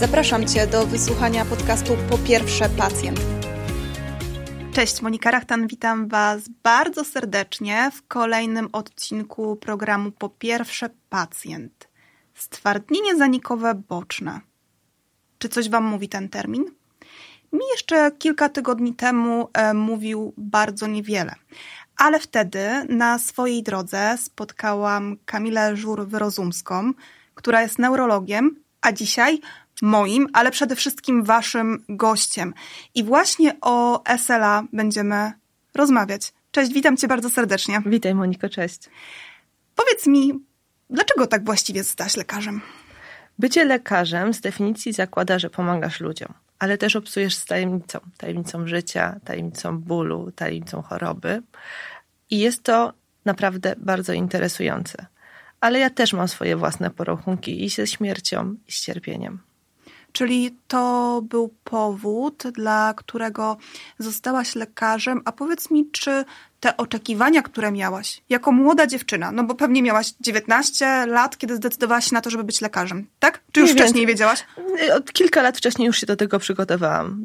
Zapraszam Cię do wysłuchania podcastu Po pierwsze pacjent. Cześć, Monika Rachtan, witam Was bardzo serdecznie w kolejnym odcinku programu Po pierwsze pacjent. Stwardnienie zanikowe boczne. Czy coś Wam mówi ten termin? Mi jeszcze kilka tygodni temu mówił bardzo niewiele. Ale wtedy na swojej drodze spotkałam Kamilę Żur-Wyrozumską, która jest neurologiem, a dzisiaj moim, ale przede wszystkim Waszym gościem. I właśnie o SLA będziemy rozmawiać. Cześć, witam Cię bardzo serdecznie. Witaj, Moniko, cześć. Powiedz mi, dlaczego tak właściwie zostałaś lekarzem? Bycie lekarzem z definicji zakłada, że pomagasz ludziom, ale też obcujesz z tajemnicą życia, tajemnicą bólu, tajemnicą choroby. I jest to naprawdę bardzo interesujące. Ale ja też mam swoje własne porachunki i ze śmiercią, i z cierpieniem. Czyli to był powód, dla którego zostałaś lekarzem. A powiedz mi, czy te oczekiwania, które miałaś jako młoda dziewczyna, no bo pewnie miałaś 19 lat, kiedy zdecydowałaś się na to, żeby być lekarzem, tak? Czy już wcześniej wiedziałaś? Od kilka lat wcześniej już się do tego przygotowałam.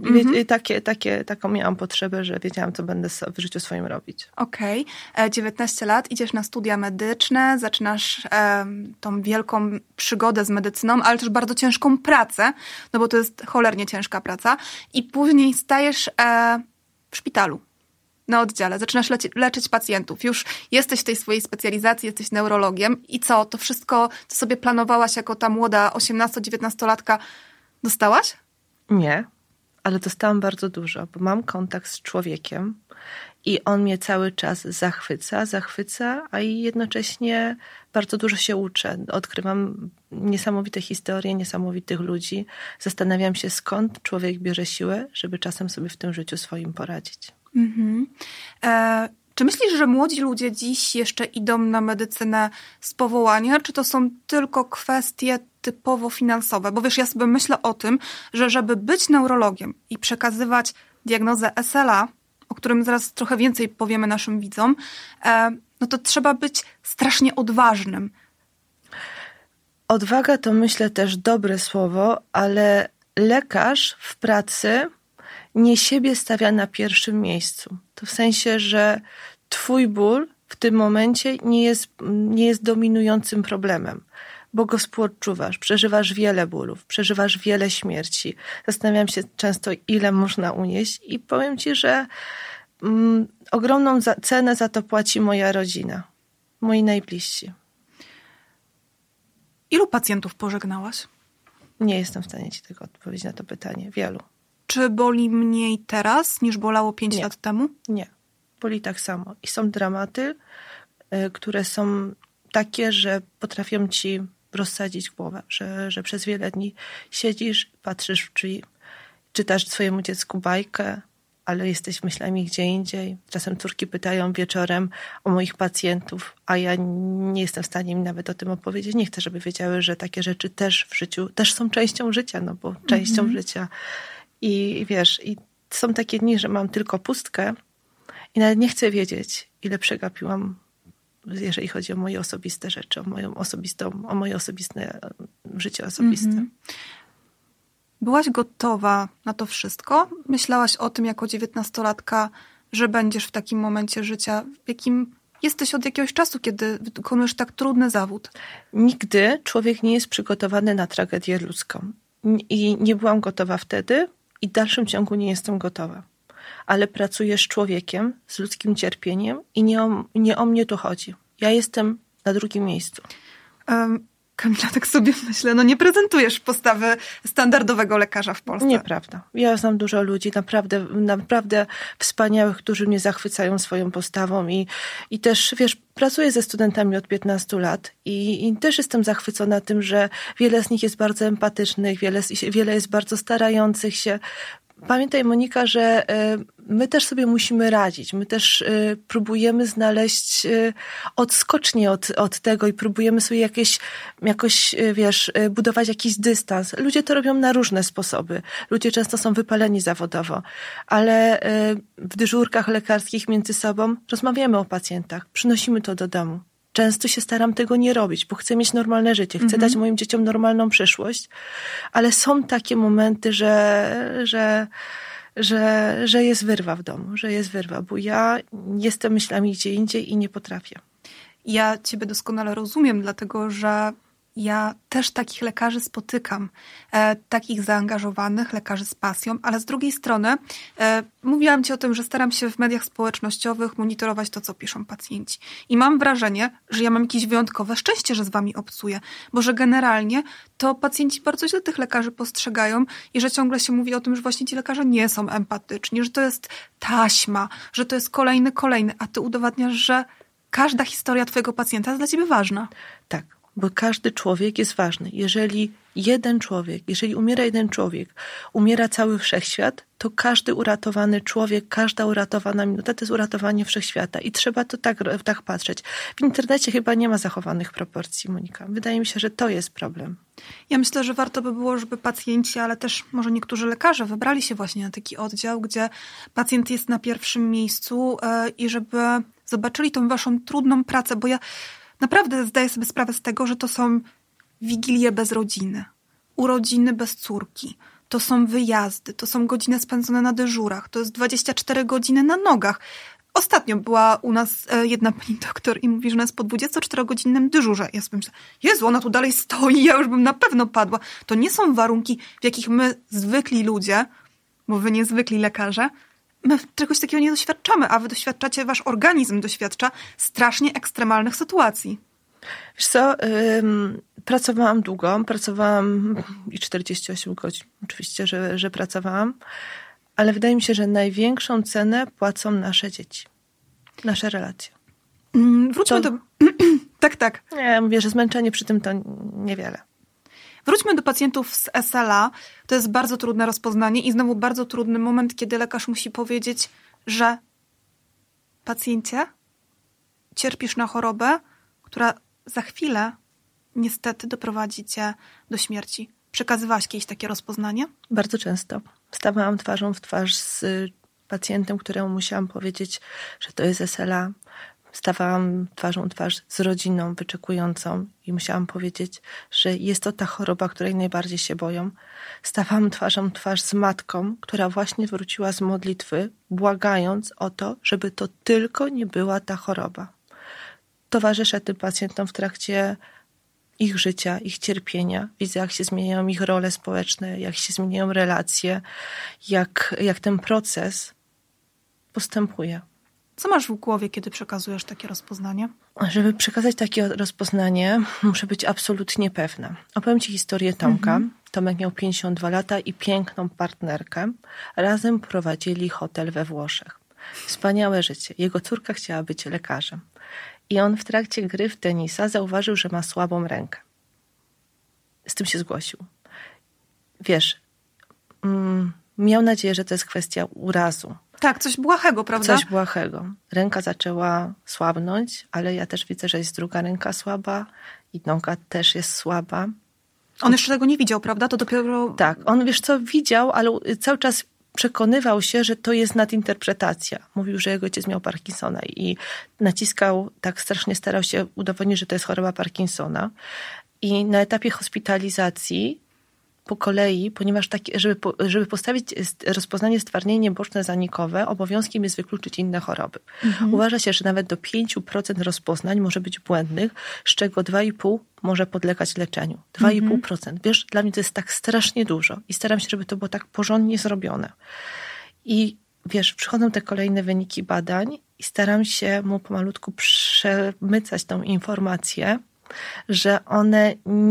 Taką miałam potrzebę, że wiedziałam, co będę w życiu swoim robić. Okej. 19 lat, idziesz na studia medyczne, zaczynasz tą wielką przygodę z medycyną, ale też bardzo ciężką pracę, no bo to jest cholernie ciężka praca. I później stajesz w szpitalu. Na oddziale, zaczynasz leczyć pacjentów. Już jesteś w tej swojej specjalizacji, jesteś neurologiem. I co? To wszystko, co sobie planowałaś jako ta młoda 18-19-latka, dostałaś? Nie, ale dostałam bardzo dużo, bo mam kontakt z człowiekiem i on mnie cały czas zachwyca, a i jednocześnie bardzo dużo się uczę. Odkrywam niesamowite historie, niesamowitych ludzi. Zastanawiam się, skąd człowiek bierze siłę, żeby czasem sobie w tym życiu swoim poradzić. Mhm. Czy myślisz, że młodzi ludzie dziś jeszcze idą na medycynę z powołania, czy to są tylko kwestie typowo finansowe? Bo wiesz, ja sobie myślę o tym, że żeby być neurologiem i przekazywać diagnozę SLA, o którym zaraz trochę więcej powiemy naszym widzom, no to trzeba być strasznie odważnym. Odwaga to, myślę, też dobre słowo, ale lekarz w pracy nie siebie stawia na pierwszym miejscu. To w sensie, że twój ból w tym momencie nie jest dominującym problemem, bo go współodczuwasz, przeżywasz wiele bólów, przeżywasz wiele śmierci. Zastanawiam się często, ile można unieść i powiem Ci, że ogromną cenę za to płaci moja rodzina, moi najbliżsi. Ilu pacjentów pożegnałaś? Nie jestem w stanie Ci tego odpowiedzieć na to pytanie. Wielu. Czy boli mniej teraz, niż bolało 5 lat temu? Nie. Boli tak samo. I są dramaty, które są takie, że potrafią Ci rozsadzić głowę, że przez wiele dni siedzisz, patrzysz w drzwi, czytasz swojemu dziecku bajkę, ale jesteś myślami gdzie indziej. Czasem córki pytają wieczorem o moich pacjentów, a ja nie jestem w stanie im nawet o tym opowiedzieć. Nie chcę, żeby wiedziały, że takie rzeczy też w życiu, też są częścią życia, no bo częścią życia. I wiesz, i są takie dni, że mam tylko pustkę i nawet nie chcę wiedzieć, ile przegapiłam, jeżeli chodzi o moje osobiste rzeczy, o moje osobiste życie osobiste. Byłaś gotowa na to wszystko? Myślałaś o tym jako 19-latka, że będziesz w takim momencie życia, w jakim jesteś od jakiegoś czasu, kiedy wykonujesz tak trudny zawód? Nigdy człowiek nie jest przygotowany na tragedię ludzką. I nie byłam gotowa wtedy i w dalszym ciągu nie jestem gotowa. Ale pracuję z człowiekiem, z ludzkim cierpieniem i nie o mnie tu chodzi. Ja jestem na drugim miejscu. Kamila, tak sobie myślę, no nie prezentujesz postawy standardowego lekarza w Polsce. Nieprawda. Ja znam dużo ludzi, naprawdę wspaniałych, którzy mnie zachwycają swoją postawą i też, wiesz, pracuję ze studentami od 15 lat i też jestem zachwycona tym, że wiele z nich jest bardzo empatycznych, wiele jest bardzo starających się. Pamiętaj, Monika, że my też sobie musimy radzić. My też próbujemy znaleźć odskocznie od tego i próbujemy sobie jakoś, wiesz, budować jakiś dystans. Ludzie to robią na różne sposoby. Ludzie często są wypaleni zawodowo, ale w dyżurkach lekarskich między sobą rozmawiamy o pacjentach, przynosimy to do domu. często się staram tego nie robić, bo chcę mieć normalne życie, chcę dać moim dzieciom normalną przyszłość, ale są takie momenty, że jest wyrwa w domu, bo ja jestem myślami gdzie indziej i nie potrafię. Ja ciebie doskonale rozumiem, dlatego że ja też takich lekarzy spotykam, takich zaangażowanych, lekarzy z pasją, ale z drugiej strony mówiłam ci o tym, że staram się w mediach społecznościowych monitorować to, co piszą pacjenci. I mam wrażenie, że ja mam jakieś wyjątkowe szczęście, że z wami obcuję, bo że generalnie to pacjenci bardzo źle tych lekarzy postrzegają i że ciągle się mówi o tym, że właśnie ci lekarze nie są empatyczni, że to jest taśma, że to jest kolejny, a ty udowadniasz, że każda historia twojego pacjenta jest dla ciebie ważna. Tak, bo każdy człowiek jest ważny. Jeżeli umiera jeden człowiek, umiera cały wszechświat, to każdy uratowany człowiek, każda uratowana minuta to jest uratowanie wszechświata. I trzeba to tak patrzeć. W internecie chyba nie ma zachowanych proporcji, Monika. Wydaje mi się, że to jest problem. Ja myślę, że warto by było, żeby pacjenci, ale też może niektórzy lekarze wybrali się właśnie na taki oddział, gdzie pacjent jest na pierwszym miejscu i żeby zobaczyli tą waszą trudną pracę, bo ja naprawdę zdaję sobie sprawę z tego, że to są wigilie bez rodziny, urodziny bez córki, to są wyjazdy, to są godziny spędzone na dyżurach, to jest 24 godziny na nogach. Ostatnio była u nas jedna pani doktor i mówi, że ona jest po 24-godzinnym dyżurze. Ja sobie myślę, Jezu, ona tu dalej stoi, ja już bym na pewno padła. To nie są warunki, w jakich my zwykli ludzie, bo wy niezwykli lekarze, my czegoś takiego nie doświadczamy, a wy doświadczacie, wasz organizm doświadcza strasznie ekstremalnych sytuacji. Wiesz co, pracowałam długo, i 48 godzin. Oczywiście, że pracowałam, ale wydaje mi się, że największą cenę płacą nasze dzieci, nasze relacje. Wróćmy do... Tak. Nie, mówię, że zmęczenie przy tym to niewiele. Wróćmy do pacjentów z SLA. To jest bardzo trudne rozpoznanie i znowu bardzo trudny moment, kiedy lekarz musi powiedzieć, że pacjencie, cierpisz na chorobę, która za chwilę niestety doprowadzi cię do śmierci. Przekazywałaś kiedyś takie rozpoznanie? Bardzo często. Stawałam twarzą w twarz z pacjentem, któremu musiałam powiedzieć, że to jest SLA. Stawałam twarzą w twarz z rodziną wyczekującą i musiałam powiedzieć, że jest to ta choroba, której najbardziej się boją. Stawałam twarzą w twarz z matką, która właśnie wróciła z modlitwy, błagając o to, żeby to tylko nie była ta choroba. Towarzyszę tym pacjentom w trakcie ich życia, ich cierpienia. Widzę, jak się zmieniają ich role społeczne, jak się zmieniają relacje, jak ten proces postępuje. Co masz w głowie, kiedy przekazujesz takie rozpoznanie? Żeby przekazać takie rozpoznanie, muszę być absolutnie pewna. Opowiem ci historię Tomka. Tomek miał 52 lata i piękną partnerkę. Razem prowadzili hotel we Włoszech. Wspaniałe życie. Jego córka chciała być lekarzem. I on w trakcie gry w tenisa zauważył, że ma słabą rękę. Z tym się zgłosił. Wiesz, miał nadzieję, że to jest kwestia urazu. Tak, coś błahego, prawda? Coś błahego. Ręka zaczęła słabnąć, ale ja też widzę, że jest druga ręka słaba i noga też jest słaba. On jeszcze tego nie widział, prawda? To dopiero... Tak, on wiesz co, widział, ale cały czas przekonywał się, że to jest nadinterpretacja. Mówił, że jego ojciec miał Parkinsona i naciskał, tak strasznie starał się udowodnić, że to jest choroba Parkinsona. I na etapie hospitalizacji po kolei, ponieważ żeby postawić rozpoznanie stwardnienie boczne zanikowe, obowiązkiem jest wykluczyć inne choroby. Uważa się, że nawet do 5% rozpoznań może być błędnych, z czego 2,5% może podlegać leczeniu. 2,5%. Wiesz, dla mnie to jest tak strasznie dużo i staram się, żeby to było tak porządnie zrobione. I wiesz, przychodzą te kolejne wyniki badań i staram się mu pomalutku przemycać tą informację, że one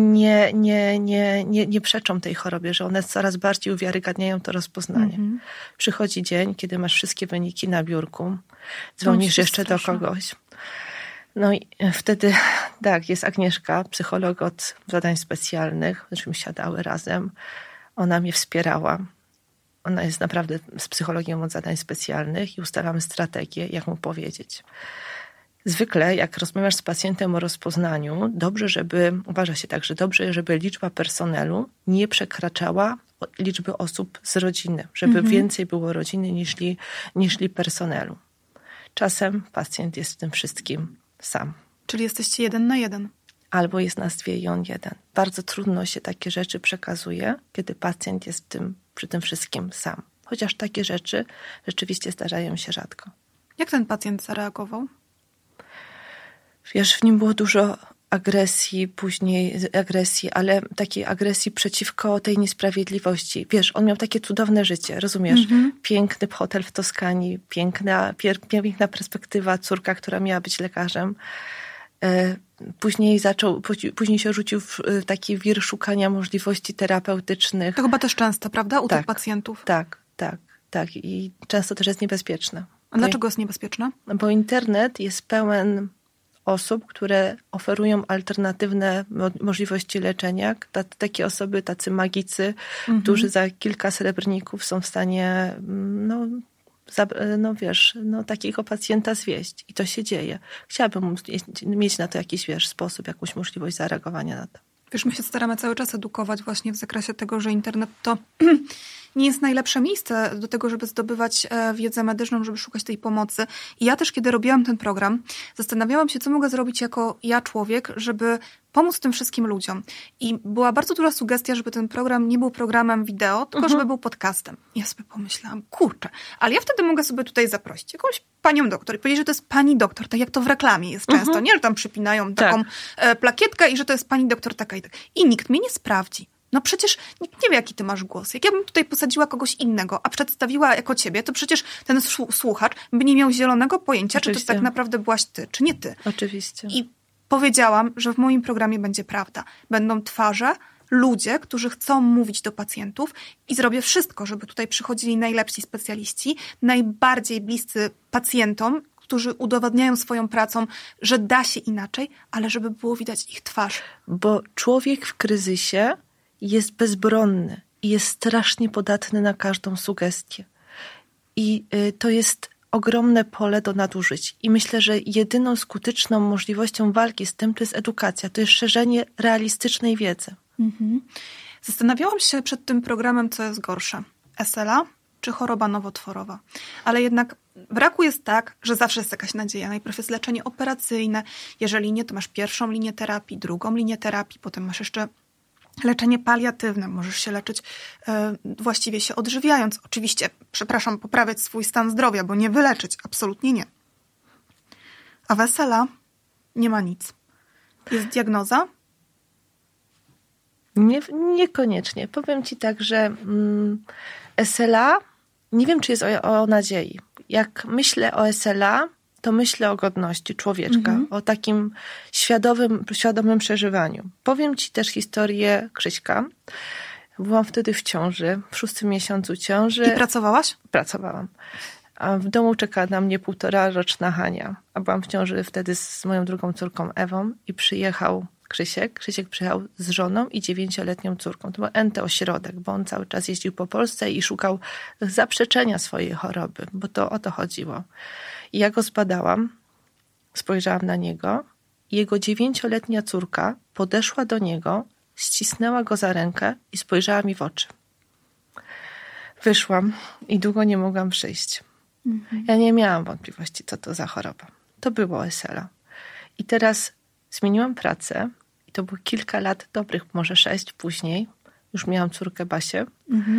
nie przeczą tej chorobie, że one coraz bardziej uwiarygadniają to rozpoznanie. Przychodzi dzień, kiedy masz wszystkie wyniki na biurku, dzwonisz jeszcze do kogoś. No i wtedy, tak, jest Agnieszka, psycholog od zadań specjalnych, myśmy siadały razem, ona mnie wspierała. Ona jest naprawdę z psychologiem od zadań specjalnych i ustalamy strategię, jak mu powiedzieć. Zwykle, jak rozmawiasz z pacjentem o rozpoznaniu, uważa się tak, że dobrze, żeby liczba personelu nie przekraczała liczby osób z rodziny, żeby więcej było rodziny niż personelu. Czasem pacjent jest w tym wszystkim sam. Czyli jesteście 1 na 1. Albo jest nas 2 i on 1. Bardzo trudno się takie rzeczy przekazuje, kiedy pacjent jest przy tym wszystkim sam. Chociaż takie rzeczy rzeczywiście zdarzają się rzadko. Jak ten pacjent zareagował? Wiesz, w nim było dużo agresji, ale takiej agresji przeciwko tej niesprawiedliwości. Wiesz, on miał takie cudowne życie, rozumiesz? Piękny hotel w Toskanii, piękna perspektywa, córka, która miała być lekarzem. Później się rzucił w taki wir szukania możliwości terapeutycznych. To chyba też często, prawda? U tych pacjentów. Tak. I często też jest niebezpieczne. A dlaczego jest niebezpieczne? Bo internet jest pełen osób, które oferują alternatywne możliwości leczenia. Takie osoby, tacy magicy, którzy za kilka srebrników są w stanie takiego pacjenta zwieść. I to się dzieje. Chciałabym mieć na to jakiś, sposób, jakąś możliwość zareagowania na to. Wiesz, my się staramy cały czas edukować właśnie w zakresie tego, że internet to nie jest najlepsze miejsce do tego, żeby zdobywać wiedzę medyczną, żeby szukać tej pomocy. I ja też, kiedy robiłam ten program, zastanawiałam się, co mogę zrobić jako ja człowiek, żeby pomóc tym wszystkim ludziom. I była bardzo duża sugestia, żeby ten program nie był programem wideo, tylko żeby był podcastem. I ja sobie pomyślałam, kurczę, ale ja wtedy mogę sobie tutaj zaprosić jakąś panią doktor i powiedzieć, że to jest pani doktor, tak jak to w reklamie jest często, nie? Że tam przypinają taką plakietkę i że to jest pani doktor taka i tak. I nikt mnie nie sprawdzi. No przecież nikt nie wie, jaki ty masz głos. Jak ja bym tutaj posadziła kogoś innego, a przedstawiła jako ciebie, to przecież ten słuchacz by nie miał zielonego pojęcia, czy to tak naprawdę byłaś ty, czy nie ty. Oczywiście. I powiedziałam, że w moim programie będzie prawda. Będą twarze, ludzie, którzy chcą mówić do pacjentów i zrobię wszystko, żeby tutaj przychodzili najlepsi specjaliści, najbardziej bliscy pacjentom, którzy udowadniają swoją pracą, że da się inaczej, ale żeby było widać ich twarz. Bo człowiek w kryzysie jest bezbronny i jest strasznie podatny na każdą sugestię. I to jest ogromne pole do nadużyć. I myślę, że jedyną skuteczną możliwością walki z tym to jest edukacja, to jest szerzenie realistycznej wiedzy. Zastanawiałam się przed tym programem, co jest gorsze. SLA czy choroba nowotworowa. Ale jednak w raku jest tak, że zawsze jest jakaś nadzieja. Najpierw jest leczenie operacyjne. Jeżeli nie, to masz pierwszą linię terapii, drugą linię terapii, potem masz jeszcze leczenie paliatywne. Możesz się leczyć właściwie się odżywiając. Oczywiście, poprawiać swój stan zdrowia, bo nie wyleczyć. Absolutnie nie. A w SLA nie ma nic. Jest diagnoza? Niekoniecznie. Powiem ci tak, że SLA, nie wiem, czy jest o nadziei. Jak myślę o SLA, to myślę o godności człowieczka, o takim świadomym przeżywaniu. Powiem ci też historię Krzyśka. Byłam wtedy w ciąży, w 6. miesiącu ciąży. I pracowałaś? Pracowałam. A w domu czekała na mnie 1,5-roczna Hania. A byłam w ciąży wtedy z moją drugą córką Ewą i przyjechał Krzysiek. Krzysiek przyjechał z żoną i 9-letnią córką. To był ośrodek, bo on cały czas jeździł po Polsce i szukał zaprzeczenia swojej choroby, bo to o to chodziło. I ja go zbadałam, spojrzałam na niego i jego 9-letnia córka podeszła do niego, ścisnęła go za rękę i spojrzała mi w oczy. Wyszłam i długo nie mogłam przyjść. Ja nie miałam wątpliwości, co to za choroba. To było SLA. I teraz zmieniłam pracę i to było kilka lat dobrych, może 6 później. Już miałam córkę Basię.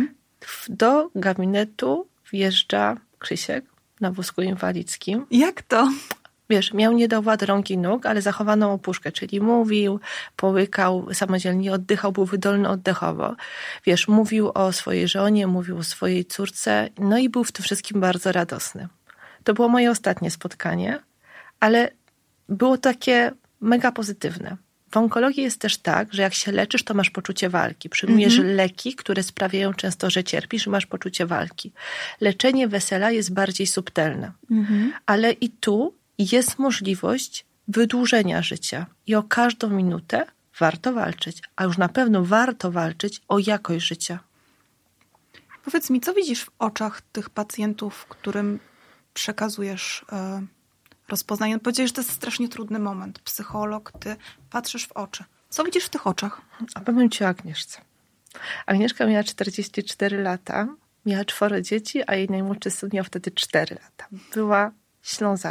Do gabinetu wjeżdża Krzysiek na wózku inwalidzkim. Jak to? Wiesz, miał niedowład rąk i nóg, ale zachowaną opuszkę, czyli mówił, połykał, samodzielnie oddychał, był wydolny oddechowo. Wiesz, mówił o swojej żonie, mówił o swojej córce, no i był w tym wszystkim bardzo radosny. To było moje ostatnie spotkanie, ale było takie mega pozytywne. W onkologii jest też tak, że jak się leczysz, to masz poczucie walki. Przyjmujesz leki, które sprawiają często, że cierpisz i masz poczucie walki. Leczenie w SLA jest bardziej subtelne. Ale i tu jest możliwość wydłużenia życia. I o każdą minutę warto walczyć. A już na pewno warto walczyć o jakość życia. Powiedz mi, co widzisz w oczach tych pacjentów, którym przekazujesz rozpoznanie? Powiedziałeś, że to jest strasznie trudny moment. Psycholog, ty patrzysz w oczy. Co widzisz w tych oczach? A powiem ci o Agnieszce. Agnieszka miała 44 lata, miała 4 dzieci, a jej najmłodszy syn miał wtedy 4 lata. Była Ślązaczką.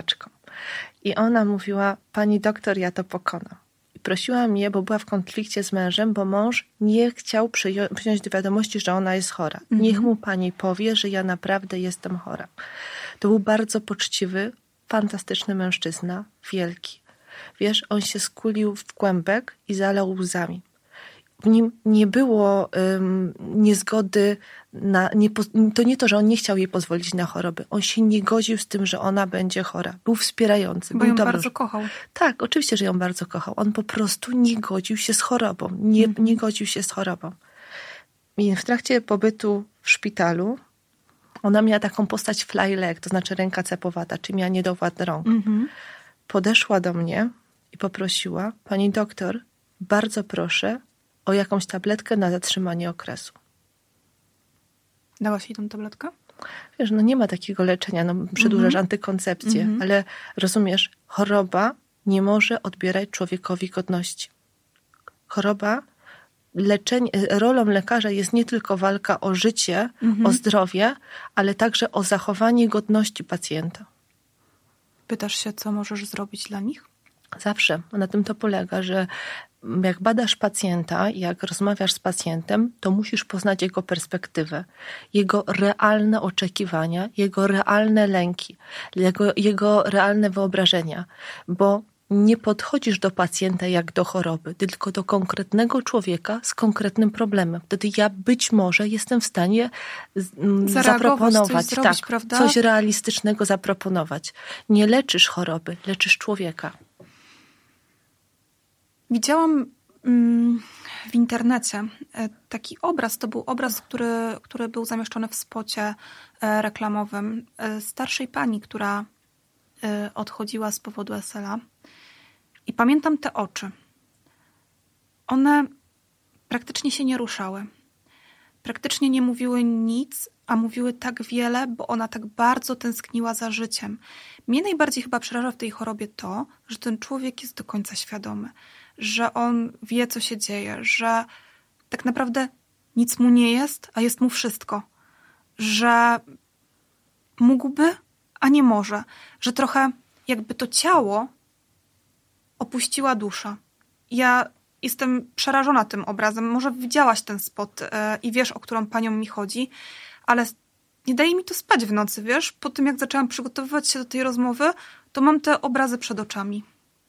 I ona mówiła, pani doktor, ja to pokonam. I prosiła mnie, bo była w konflikcie z mężem, bo mąż nie chciał przyjąć do wiadomości, że ona jest chora. Niech mu pani powie, że ja naprawdę jestem chora. To był bardzo poczciwy, fantastyczny mężczyzna, wielki. Wiesz, on się skulił w kłębek i zalał łzami. W nim nie było niezgody to nie to, że on nie chciał jej pozwolić na chorobę. On się nie godził z tym, że ona będzie chora. Był wspierający. Bo ją bardzo kochał. Tak, oczywiście, że ją bardzo kochał. On po prostu nie godził się z chorobą. Nie godził się z chorobą. I w trakcie pobytu w szpitalu ona miała taką postać fly leg, to znaczy ręka cepowata, czyli miała niedowład rąk. Podeszła do mnie i poprosiła, pani doktor, bardzo proszę o jakąś tabletkę na zatrzymanie okresu. Dałaś jej tą tabletkę? Wiesz, nie ma takiego leczenia, przedłużasz antykoncepcję, ale rozumiesz, choroba nie może odbierać człowiekowi godności. Rolą lekarza jest nie tylko walka o życie, o zdrowie, ale także o zachowanie godności pacjenta. Pytasz się, co możesz zrobić dla nich? Zawsze. Na tym to polega, że jak badasz pacjenta, jak rozmawiasz z pacjentem, to musisz poznać jego perspektywę, jego realne oczekiwania, jego realne lęki, jego realne wyobrażenia, bo nie podchodzisz do pacjenta jak do choroby, tylko do konkretnego człowieka z konkretnym problemem. Wtedy ja być może jestem w stanie zaproponować coś realistycznego zaproponować. Nie leczysz choroby, leczysz człowieka. Widziałam w internecie taki obraz. To był obraz, który był zamieszczony w spocie reklamowym starszej pani, która odchodziła z powodu SLA. I pamiętam te oczy. One praktycznie się nie ruszały. Praktycznie nie mówiły nic, a mówiły tak wiele, bo ona tak bardzo tęskniła za życiem. Mnie najbardziej chyba przeraża w tej chorobie to, że ten człowiek jest do końca świadomy, że on wie, co się dzieje, że tak naprawdę nic mu nie jest, a jest mu wszystko. Że mógłby, a nie może. Że trochę jakby to ciało opuściła dusza. Ja jestem przerażona tym obrazem. Może widziałaś ten spot i wiesz, o którą panią mi chodzi, ale nie daje mi to spać w nocy, wiesz? Po tym, jak zaczęłam przygotowywać się do tej rozmowy, to mam te obrazy przed oczami.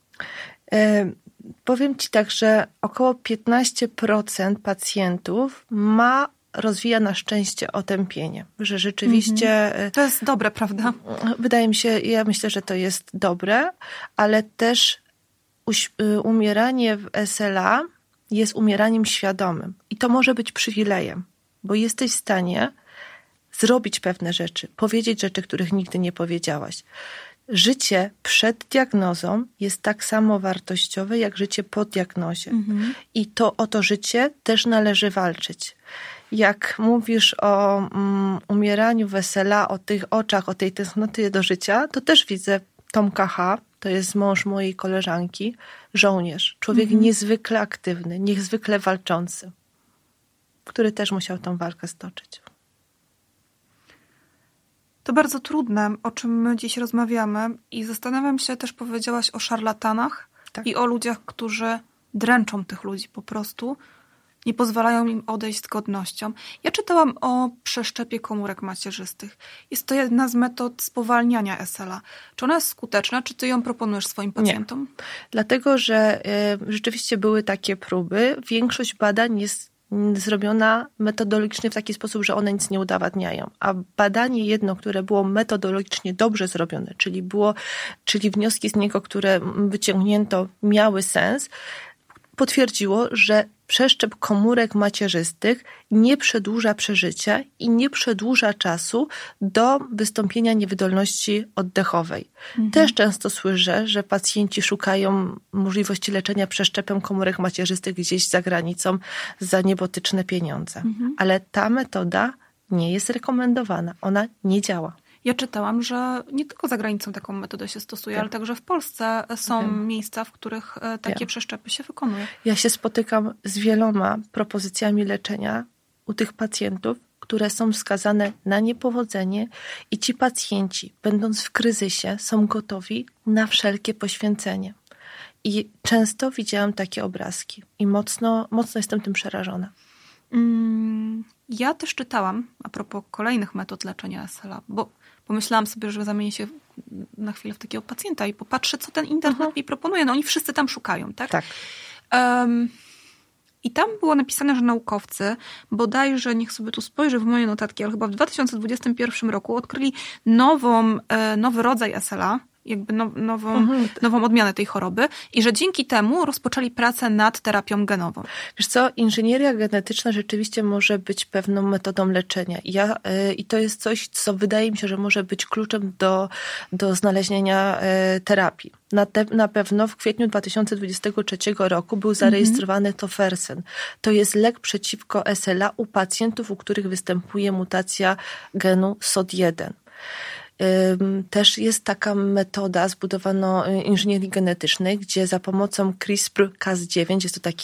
Powiem ci tak, że około 15% pacjentów rozwija na szczęście otępienie. Że rzeczywiście... To jest dobre, prawda? Wydaje mi się, ja myślę, że to jest dobre, ale też umieranie w SLA jest umieraniem świadomym. I to może być przywilejem, bo jesteś w stanie zrobić pewne rzeczy, powiedzieć rzeczy, których nigdy nie powiedziałaś. Życie przed diagnozą jest tak samo wartościowe, jak życie po diagnozie. I o to życie też należy walczyć. Jak mówisz o umieraniu w SLA, o tych oczach, o tej tęsknoty do życia, to też widzę Tomka H., to jest mąż mojej koleżanki, żołnierz. Człowiek niezwykle aktywny, niezwykle walczący, który też musiał tą walkę stoczyć. To bardzo trudne, o czym my dziś rozmawiamy i zastanawiam się, też powiedziałaś o szarlatanach i o ludziach, którzy dręczą tych ludzi po prostu, nie pozwalają im odejść z godnością. Ja czytałam o przeszczepie komórek macierzystych. Jest to jedna z metod spowalniania SLA. Czy ona jest skuteczna? Czy ty ją proponujesz swoim pacjentom? Nie. Dlatego, że rzeczywiście były takie próby. Większość badań jest zrobiona metodologicznie w taki sposób, że one nic nie udowadniają. A badanie jedno, które było metodologicznie dobrze zrobione, czyli wnioski z niego, które wyciągnięto, miały sens, potwierdziło, że przeszczep komórek macierzystych nie przedłuża przeżycia i nie przedłuża czasu do wystąpienia niewydolności oddechowej. Też często słyszę, że pacjenci szukają możliwości leczenia przeszczepem komórek macierzystych gdzieś za granicą za niebotyczne pieniądze. Ale ta metoda nie jest rekomendowana. Ona nie działa. Ja czytałam, że nie tylko za granicą taką metodę się stosuje, ale także w Polsce są miejsca, w których takie przeszczepy się wykonuje. Ja się spotykam z wieloma propozycjami leczenia u tych pacjentów, które są skazane na niepowodzenie i ci pacjenci, będąc w kryzysie, są gotowi na wszelkie poświęcenie. I często widziałam takie obrazki i mocno jestem tym przerażona. Ja też czytałam, a propos kolejnych metod leczenia SLA, bo pomyślałam sobie, że zamienię się na chwilę w takiego pacjenta i popatrzę, co ten internet mi proponuje. No oni wszyscy tam szukają, tak? Tak. I tam było napisane, że naukowcy, bodajże, niech sobie tu spojrzę w moje notatki, ale chyba w 2021 roku odkryli nowy rodzaj SLA, jakby nową odmianę tej choroby i że dzięki temu rozpoczęli pracę nad terapią genową. Wiesz co, inżynieria genetyczna rzeczywiście może być pewną metodą leczenia. I to jest coś, co wydaje mi się, że może być kluczem do znalezienia terapii. Na pewno w kwietniu 2023 roku był zarejestrowany tofersen. To jest lek przeciwko SLA u pacjentów, u których występuje mutacja genu SOD1. Też jest taka metoda zbudowana inżynierii genetycznej, gdzie za pomocą CRISPR-Cas9, jest to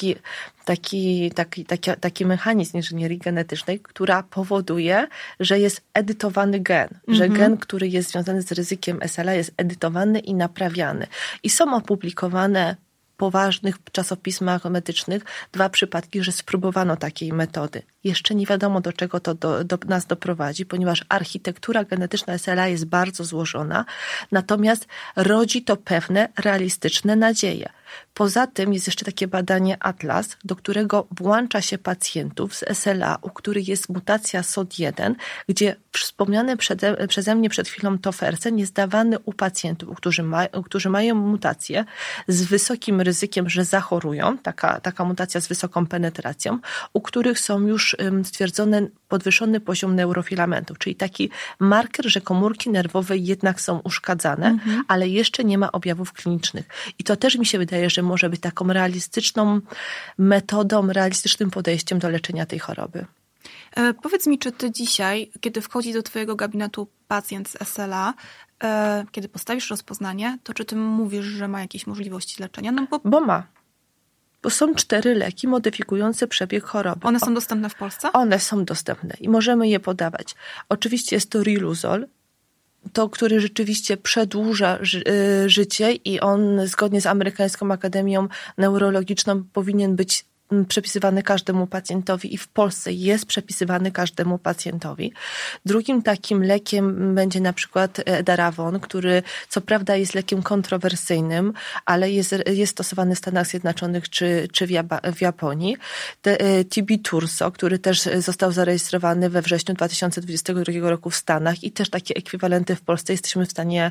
taki mechanizm inżynierii genetycznej, która powoduje, że jest edytowany gen, że gen, który jest związany z ryzykiem SLA, jest edytowany i naprawiany. I są opublikowane w poważnych czasopismach medycznych 2 przypadki, że spróbowano takiej metody. Jeszcze nie wiadomo, do czego to do nas doprowadzi, ponieważ architektura genetyczna SLA jest bardzo złożona, natomiast rodzi to pewne realistyczne nadzieje. Poza tym jest jeszcze takie badanie Atlas, do którego włącza się pacjentów z SLA, u których jest mutacja SOD1, gdzie wspomniany przeze mnie przed chwilą tofersen jest dawany u pacjentów, którzy mają mutację z wysokim ryzykiem, że zachorują, taka mutacja z wysoką penetracją, u których są już stwierdzony podwyższony poziom neurofilamentów, czyli taki marker, że komórki nerwowe jednak są uszkadzane, ale jeszcze nie ma objawów klinicznych. I to też mi się wydaje, że może być taką realistyczną metodą, realistycznym podejściem do leczenia tej choroby. Powiedz mi, czy ty dzisiaj, kiedy wchodzi do twojego gabinetu pacjent z SLA, kiedy postawisz rozpoznanie, to czy ty mówisz, że ma jakieś możliwości leczenia? No bo ma. Bo są 4 leki modyfikujące przebieg choroby. One są dostępne w Polsce? One są dostępne i możemy je podawać. Oczywiście jest to Riluzol, który rzeczywiście przedłuża życie i on zgodnie z Amerykańską Akademią Neurologiczną powinien być przepisywany każdemu pacjentowi i w Polsce jest przepisywany każdemu pacjentowi. Drugim takim lekiem będzie na przykład Edaravon, który co prawda jest lekiem kontrowersyjnym, ale jest stosowany w Stanach Zjednoczonych czy w Japonii. Tibiturso, który też został zarejestrowany we wrześniu 2022 roku w Stanach i też takie ekwiwalenty w Polsce jesteśmy w stanie,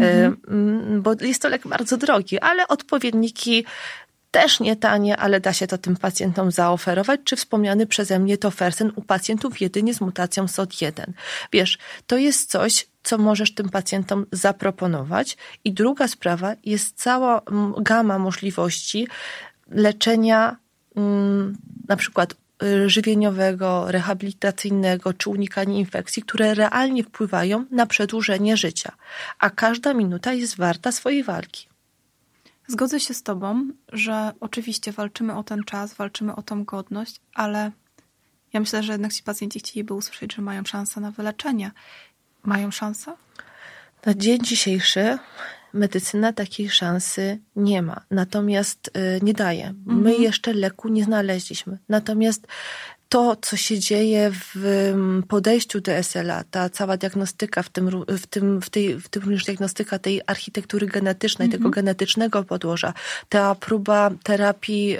bo jest to lek bardzo drogi, ale odpowiedniki też nie tanie, ale da się to tym pacjentom zaoferować, czy wspomniany przeze mnie tofersen u pacjentów jedynie z mutacją SOD1. Wiesz, to jest coś, co możesz tym pacjentom zaproponować. I druga sprawa, jest cała gama możliwości leczenia na przykład żywieniowego, rehabilitacyjnego czy unikania infekcji, które realnie wpływają na przedłużenie życia. A każda minuta jest warta swojej walki. Zgodzę się z tobą, że oczywiście walczymy o ten czas, walczymy o tą godność, ale ja myślę, że jednak ci pacjenci chcieliby usłyszeć, że mają szansę na wyleczenie. Mają szansę? Na dzień dzisiejszy medycyna takiej szansy nie ma. Natomiast nie daje. My jeszcze leku nie znaleźliśmy. Natomiast to, co się dzieje w podejściu do SLA, ta cała diagnostyka, w tym również diagnostyka tej architektury genetycznej, tego genetycznego podłoża, ta próba terapii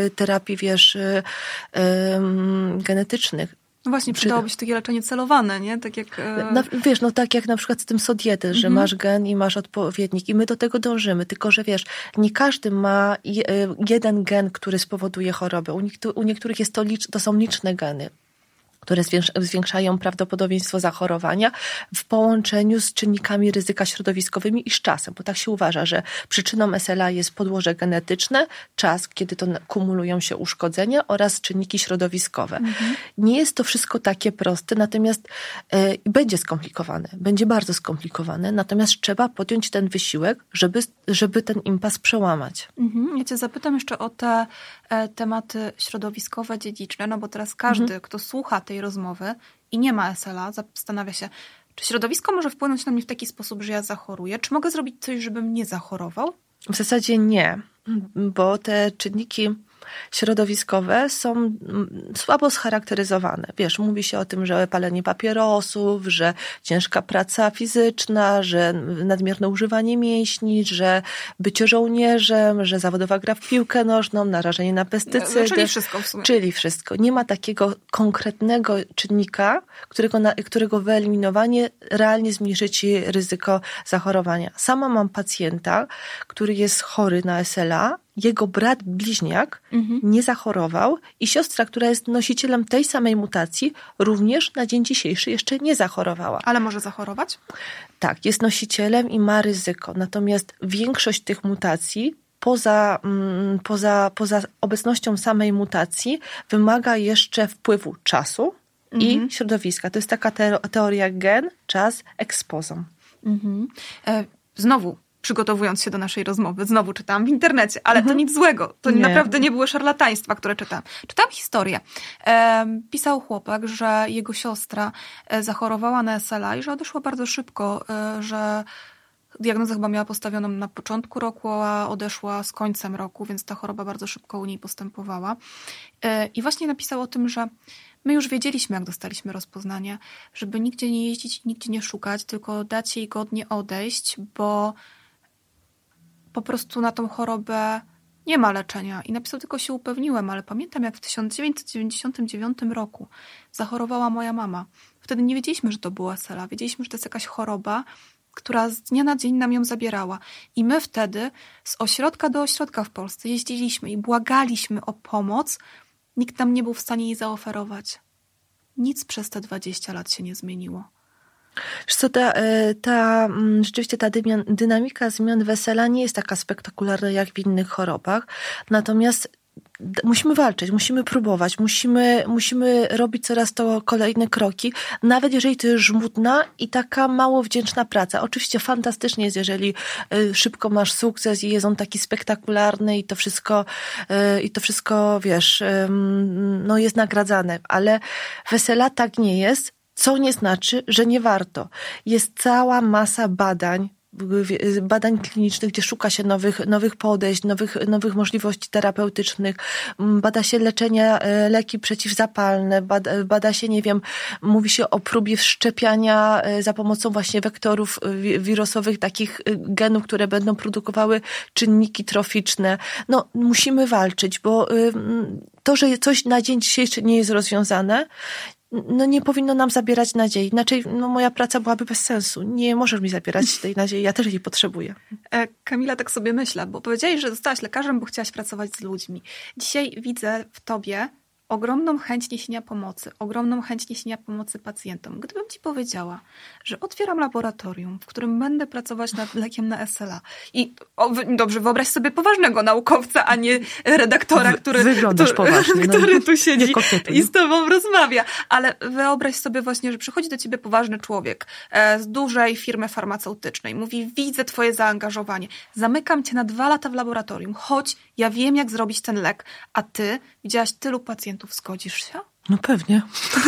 genetycznych. No właśnie, przydałoby się takie leczenie celowane, nie? Tak jak... tak jak na przykład z tym SOD1, że masz gen i masz odpowiednik i my do tego dążymy, tylko że wiesz, nie każdy ma jeden gen, który spowoduje chorobę. U niektórych to są liczne geny, które zwiększają prawdopodobieństwo zachorowania w połączeniu z czynnikami ryzyka środowiskowymi i z czasem, bo tak się uważa, że przyczyną SLA jest podłoże genetyczne, czas, kiedy to kumulują się uszkodzenia oraz czynniki środowiskowe. Nie jest to wszystko takie proste, natomiast będzie skomplikowane, będzie bardzo skomplikowane, natomiast trzeba podjąć ten wysiłek, żeby ten impas przełamać. Ja cię zapytam jeszcze o te tematy środowiskowe, dziedziczne, no bo teraz każdy, kto słucha tej rozmowy i nie ma SLA, zastanawia się, czy środowisko może wpłynąć na mnie w taki sposób, że ja zachoruję? Czy mogę zrobić coś, żebym nie zachorował? W zasadzie nie, bo te czynniki środowiskowe są słabo scharakteryzowane. Wiesz, mówi się o tym, że palenie papierosów, że ciężka praca fizyczna, że nadmierne używanie mięśni, że bycie żołnierzem, że zawodowa gra w piłkę nożną, narażenie na pestycydy. Czyli wszystko w sumie. Czyli wszystko. Nie ma takiego konkretnego czynnika, którego wyeliminowanie realnie zmniejszy ci ryzyko zachorowania. Sama mam pacjenta, który jest chory na SLA, jego brat bliźniak nie zachorował i siostra, która jest nosicielem tej samej mutacji, również na dzień dzisiejszy jeszcze nie zachorowała. Ale może zachorować? Tak, jest nosicielem i ma ryzyko. Natomiast większość tych mutacji poza obecnością samej mutacji wymaga jeszcze wpływu czasu i środowiska. To jest taka teoria gen, czas, ekspozom. Znowu, przygotowując się do naszej rozmowy, znowu czytałam w internecie, ale to nic złego. To naprawdę nie były szarlataństwa, które czytałam. Czytałam historię. Pisał chłopak, że jego siostra zachorowała na SLA i że odeszła bardzo szybko, że diagnozę chyba miała postawioną na początku roku, a odeszła z końcem roku, więc ta choroba bardzo szybko u niej postępowała. I właśnie napisał o tym, że my już wiedzieliśmy, jak dostaliśmy rozpoznanie, żeby nigdzie nie jeździć i nigdzie nie szukać, tylko dać jej godnie odejść, bo po prostu na tą chorobę nie ma leczenia. I napisał, tylko się upewniłem, ale pamiętam, jak w 1999 roku zachorowała moja mama. Wtedy nie wiedzieliśmy, że to była SLA. Wiedzieliśmy, że to jest jakaś choroba, która z dnia na dzień nam ją zabierała. I my wtedy z ośrodka do ośrodka w Polsce jeździliśmy i błagaliśmy o pomoc. Nikt nam nie był w stanie jej zaoferować. Nic przez te 20 lat się nie zmieniło. Wiesz co, rzeczywiście ta dynamika zmian w SLA nie jest taka spektakularna jak w innych chorobach. Natomiast musimy walczyć, musimy próbować, musimy robić coraz to kolejne kroki, nawet jeżeli to jest żmudna i taka mało wdzięczna praca. Oczywiście fantastycznie jest, jeżeli szybko masz sukces i jest on taki spektakularny i to wszystko, wiesz, no jest nagradzane, ale w SLA tak nie jest, co nie znaczy, że nie warto. Jest cała masa badań klinicznych, gdzie szuka się nowych podejść, nowych możliwości terapeutycznych, bada się leczenia, leki przeciwzapalne, bada się, nie wiem, mówi się o próbie wszczepiania za pomocą właśnie wektorów wirusowych, takich genów, które będą produkowały czynniki troficzne. No, musimy walczyć, bo to, że coś na dzień dzisiejszy nie jest rozwiązane, no nie powinno nam zabierać nadziei. Inaczej moja praca byłaby bez sensu. Nie możesz mi zabierać tej nadziei. Ja też jej potrzebuję. Kamila, tak sobie myślę, bo powiedziałaś, że zostałaś lekarzem, bo chciałaś pracować z ludźmi. Dzisiaj widzę w tobie ogromną chęć niesienia pomocy pacjentom. Gdybym ci powiedziała, że otwieram laboratorium, w którym będę pracować nad lekiem na SLA i dobrze, wyobraź sobie poważnego naukowca, a nie redaktora, który tu siedzi i z tobą rozmawia. Ale wyobraź sobie właśnie, że przychodzi do ciebie poważny człowiek z dużej firmy farmaceutycznej. Mówi, widzę twoje zaangażowanie. Zamykam cię na 2 lata w laboratorium. Chodź, ja wiem, jak zrobić ten lek. A ty widziałaś tylu pacjentów. Zgodzisz się? No pewnie.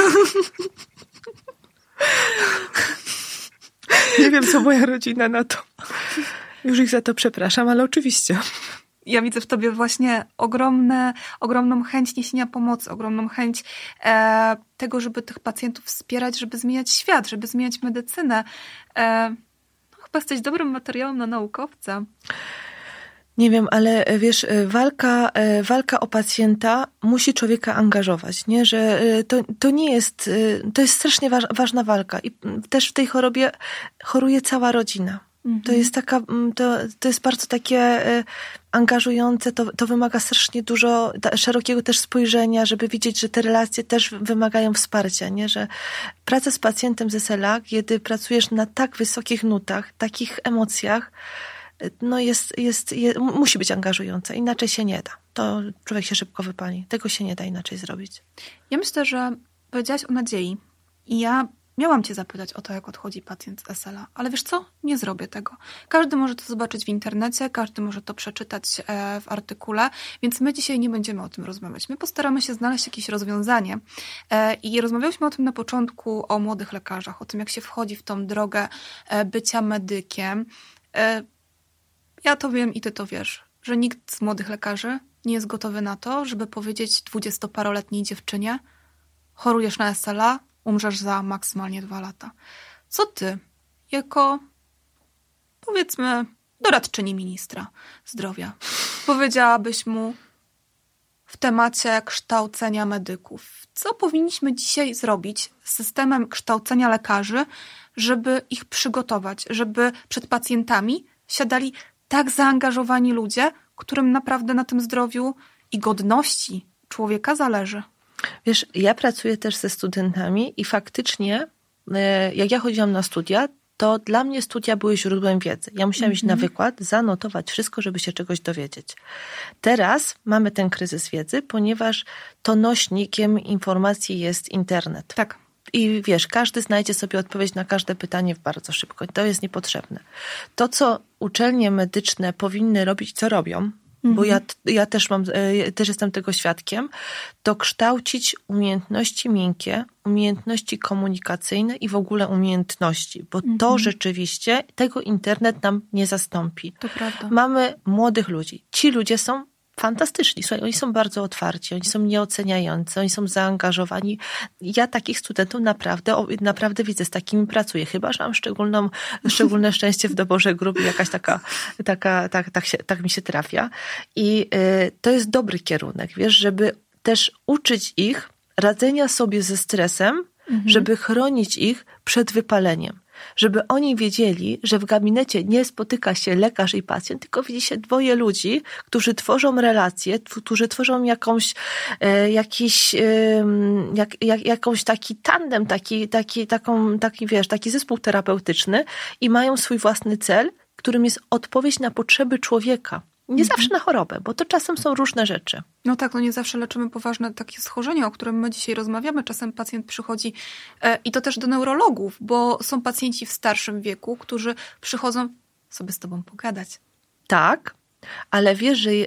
Nie wiem, co moja rodzina na to. Już ich za to przepraszam, ale oczywiście. Ja widzę w tobie właśnie ogromną chęć niesienia pomocy, ogromną chęć tego, żeby tych pacjentów wspierać, żeby zmieniać świat, żeby zmieniać medycynę. Chyba jesteś dobrym materiałem na naukowca. Nie wiem, ale wiesz, walka o pacjenta musi człowieka angażować, nie? Że to nie jest, to jest strasznie ważna walka i też w tej chorobie choruje cała rodzina. To jest to jest bardzo takie angażujące, to wymaga strasznie dużo, szerokiego też spojrzenia, żeby widzieć, że te relacje też wymagają wsparcia, nie? Że praca z pacjentem z SLA, kiedy pracujesz na tak wysokich nutach, takich emocjach, no musi być angażująca, inaczej się nie da. To człowiek się szybko wypali. Tego się nie da inaczej zrobić. Ja myślę, że powiedziałaś o nadziei i ja Miałam cię zapytać o to, jak odchodzi pacjent z SLA, ale wiesz co? Nie zrobię tego. Każdy może to zobaczyć w internecie, każdy może to przeczytać w artykule, więc my dzisiaj nie będziemy o tym rozmawiać. My postaramy się znaleźć jakieś rozwiązanie i rozmawialiśmy o tym na początku, o młodych lekarzach, o tym, jak się wchodzi w tą drogę bycia medykiem. Ja to wiem i ty to wiesz, że nikt z młodych lekarzy nie jest gotowy na to, żeby powiedzieć 20-paroletniej dziewczynie: chorujesz na SLA, umrzesz za maksymalnie 2 lata. Co ty, jako, powiedzmy, doradczyni ministra zdrowia, powiedziałabyś mu w temacie kształcenia medyków? Co powinniśmy dzisiaj zrobić z systemem kształcenia lekarzy, żeby ich przygotować, żeby przed pacjentami siadali tak zaangażowani ludzie, którym naprawdę na tym zdrowiu i godności człowieka zależy? Wiesz, ja pracuję też ze studentami i faktycznie, jak ja chodziłam na studia, to dla mnie studia były źródłem wiedzy. Ja musiałam iść na wykład, zanotować wszystko, żeby się czegoś dowiedzieć. Teraz mamy ten kryzys wiedzy, ponieważ to nośnikiem informacji jest internet. Tak. I wiesz, każdy znajdzie sobie odpowiedź na każde pytanie bardzo szybko. To jest niepotrzebne. To, co uczelnie medyczne powinny robić, co robią, bo ja też jestem tego świadkiem, to kształcić umiejętności miękkie, umiejętności komunikacyjne i w ogóle umiejętności, bo to rzeczywiście, tego internet nam nie zastąpi. To prawda. Mamy młodych ludzi. Ci ludzie są fantastyczni. Słuchaj, oni są bardzo otwarci, oni są nieoceniający, oni są zaangażowani. Ja takich studentów naprawdę widzę, z takimi pracuję. Chyba że mam szczególne szczęście w doborze grup i jakaś tak mi się trafia. I to jest dobry kierunek, wiesz, żeby też uczyć ich radzenia sobie ze stresem, żeby chronić ich przed wypaleniem. Żeby oni wiedzieli, że w gabinecie nie spotyka się lekarz i pacjent, tylko widzi się 2 ludzi, którzy tworzą relacje, którzy tworzą jakąś taki tandem, taki zespół terapeutyczny i mają swój własny cel, którym jest odpowiedź na potrzeby człowieka. Nie zawsze na chorobę, bo to czasem są różne rzeczy. No tak, no nie zawsze leczymy poważne takie schorzenie, o którym my dzisiaj rozmawiamy. Czasem pacjent przychodzi i to też do neurologów, bo są pacjenci w starszym wieku, którzy przychodzą sobie z tobą pogadać. Tak, ale wiesz, że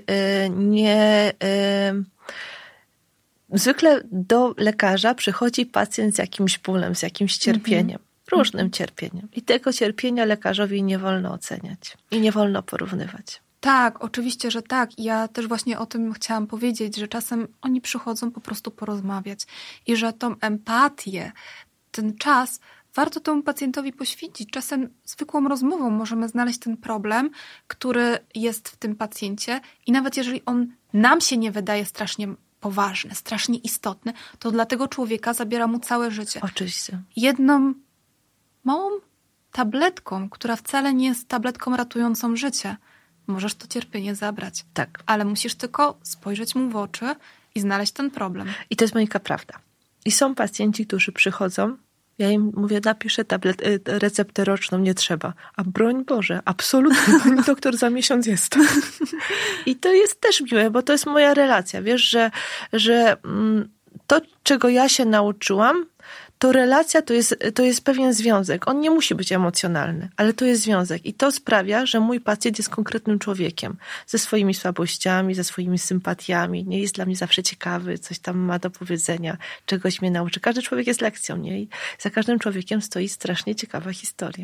zwykle do lekarza przychodzi pacjent z jakimś bólem, z jakimś cierpieniem. Różnym cierpieniem. I tego cierpienia lekarzowi nie wolno oceniać i nie wolno porównywać. Tak, oczywiście, że tak. Ja też właśnie o tym chciałam powiedzieć, że czasem oni przychodzą po prostu porozmawiać i że tą empatię, ten czas warto temu pacjentowi poświęcić. Czasem zwykłą rozmową możemy znaleźć ten problem, który jest w tym pacjencie i nawet jeżeli on nam się nie wydaje strasznie poważny, strasznie istotny, to dla tego człowieka zabiera mu całe życie. Oczywiście. Jedną małą tabletką, która wcale nie jest tabletką ratującą życie, możesz to cierpienie zabrać. Tak. Ale musisz tylko spojrzeć mu w oczy i znaleźć ten problem. I to jest, Monika, prawda. I są pacjenci, którzy przychodzą, ja im mówię, napiszę receptę roczną, nie trzeba. A broń Boże, absolutnie, pani doktor za miesiąc jest. I to jest też miłe, bo to jest moja relacja. Wiesz, że to, czego ja się nauczyłam, to relacja to jest pewien związek. On nie musi być emocjonalny, ale to jest związek. I to sprawia, że mój pacjent jest konkretnym człowiekiem. Ze swoimi słabościami, ze swoimi sympatiami. Nie jest dla mnie zawsze ciekawy, coś tam ma do powiedzenia, czegoś mnie nauczy. Każdy człowiek jest lekcją, nie? I za każdym człowiekiem stoi strasznie ciekawa historia.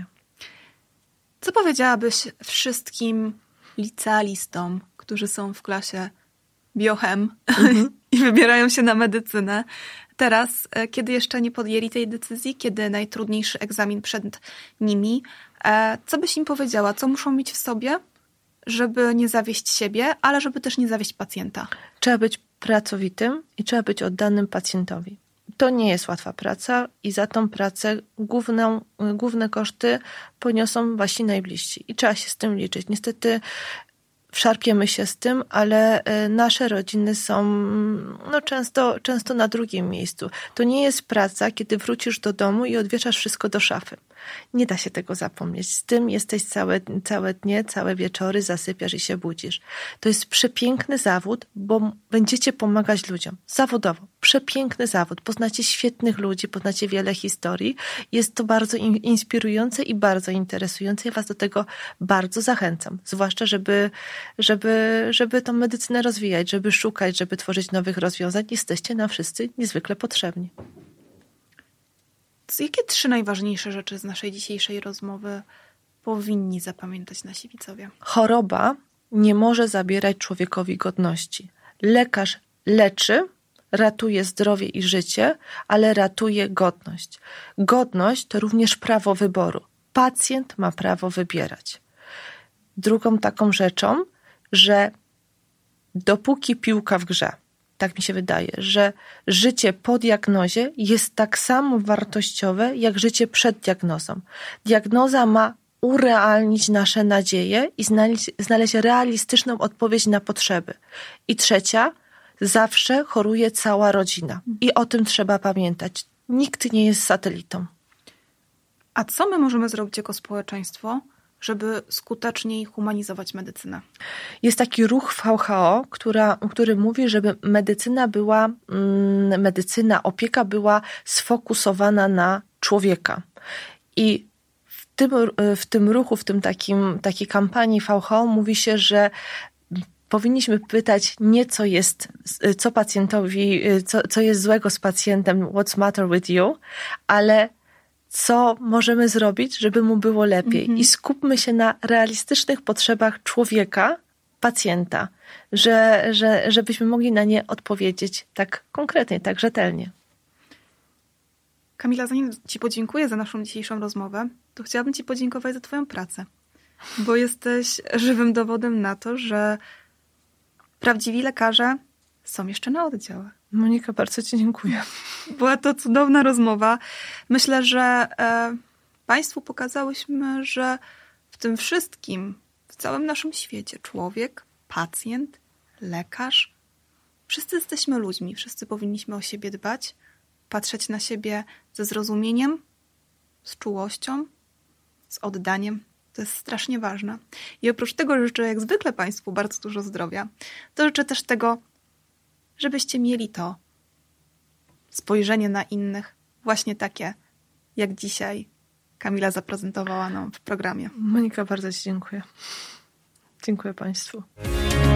Co powiedziałabyś wszystkim licealistom, którzy są w klasie biochem i wybierają się na medycynę teraz, kiedy jeszcze nie podjęli tej decyzji, kiedy najtrudniejszy egzamin przed nimi? Co byś im powiedziała? Co muszą mieć w sobie, żeby nie zawieść siebie, ale żeby też nie zawieść pacjenta? Trzeba być pracowitym i trzeba być oddanym pacjentowi. To nie jest łatwa praca i za tą pracę główne koszty poniosą wasi najbliżsi. I trzeba się z tym liczyć. Niestety szarpiemy się z tym, ale nasze rodziny są często na drugim miejscu. To nie jest praca, kiedy wrócisz do domu i odwieszasz wszystko do szafy. Nie da się tego zapomnieć. Z tym jesteś całe dnie, całe wieczory, zasypiasz i się budzisz. To jest przepiękny zawód, bo będziecie pomagać ludziom. Zawodowo. przepiękny zawód. Poznacie świetnych ludzi, poznacie wiele historii. Jest to bardzo inspirujące i bardzo interesujące. Ja was do tego bardzo zachęcam. Zwłaszcza, żeby tą medycynę rozwijać, żeby szukać, żeby tworzyć nowych rozwiązań. Jesteście nam wszyscy niezwykle potrzebni. Jakie 3 najważniejsze rzeczy z naszej dzisiejszej rozmowy powinni zapamiętać nasi widzowie? Choroba nie może zabierać człowiekowi godności. Lekarz leczy, ratuje zdrowie i życie, ale ratuje godność. Godność to również prawo wyboru. Pacjent ma prawo wybierać. Drugą taką rzeczą, że dopóki piłka w grze, tak mi się wydaje, że życie po diagnozie jest tak samo wartościowe, jak życie przed diagnozą. Diagnoza ma urealnić nasze nadzieje i znaleźć realistyczną odpowiedź na potrzeby. I trzecia, zawsze choruje cała rodzina. I o tym trzeba pamiętać. Nikt nie jest satelitą. A co my możemy zrobić jako społeczeństwo, żeby skuteczniej humanizować medycynę? Jest taki ruch w WHO, który mówi, żeby opieka była sfokusowana na człowieka. I w tym ruchu, w tym takiej kampanii WHO mówi się, że powinniśmy pytać nie co pacjentowi, co jest złego z pacjentem, what's matter with you, ale co możemy zrobić, żeby mu było lepiej. I skupmy się na realistycznych potrzebach człowieka, pacjenta, żebyśmy mogli na nie odpowiedzieć tak konkretnie, tak rzetelnie. Kamila, zanim ci podziękuję za naszą dzisiejszą rozmowę, to chciałabym ci podziękować za twoją pracę, bo jesteś żywym dowodem na to, że prawdziwi lekarze są jeszcze na oddziałach. Monika, bardzo ci dziękuję. Była to cudowna rozmowa. Myślę, że Państwu pokazałyśmy, że w tym wszystkim, w całym naszym świecie człowiek, pacjent, lekarz, wszyscy jesteśmy ludźmi, wszyscy powinniśmy o siebie dbać, patrzeć na siebie ze zrozumieniem, z czułością, z oddaniem. To jest strasznie ważne. I oprócz tego życzę jak zwykle Państwu bardzo dużo zdrowia, to życzę też tego, żebyście mieli to spojrzenie na innych, właśnie takie, jak dzisiaj Kamila zaprezentowała nam w programie. Monika, bardzo ci dziękuję. Dziękuję Państwu.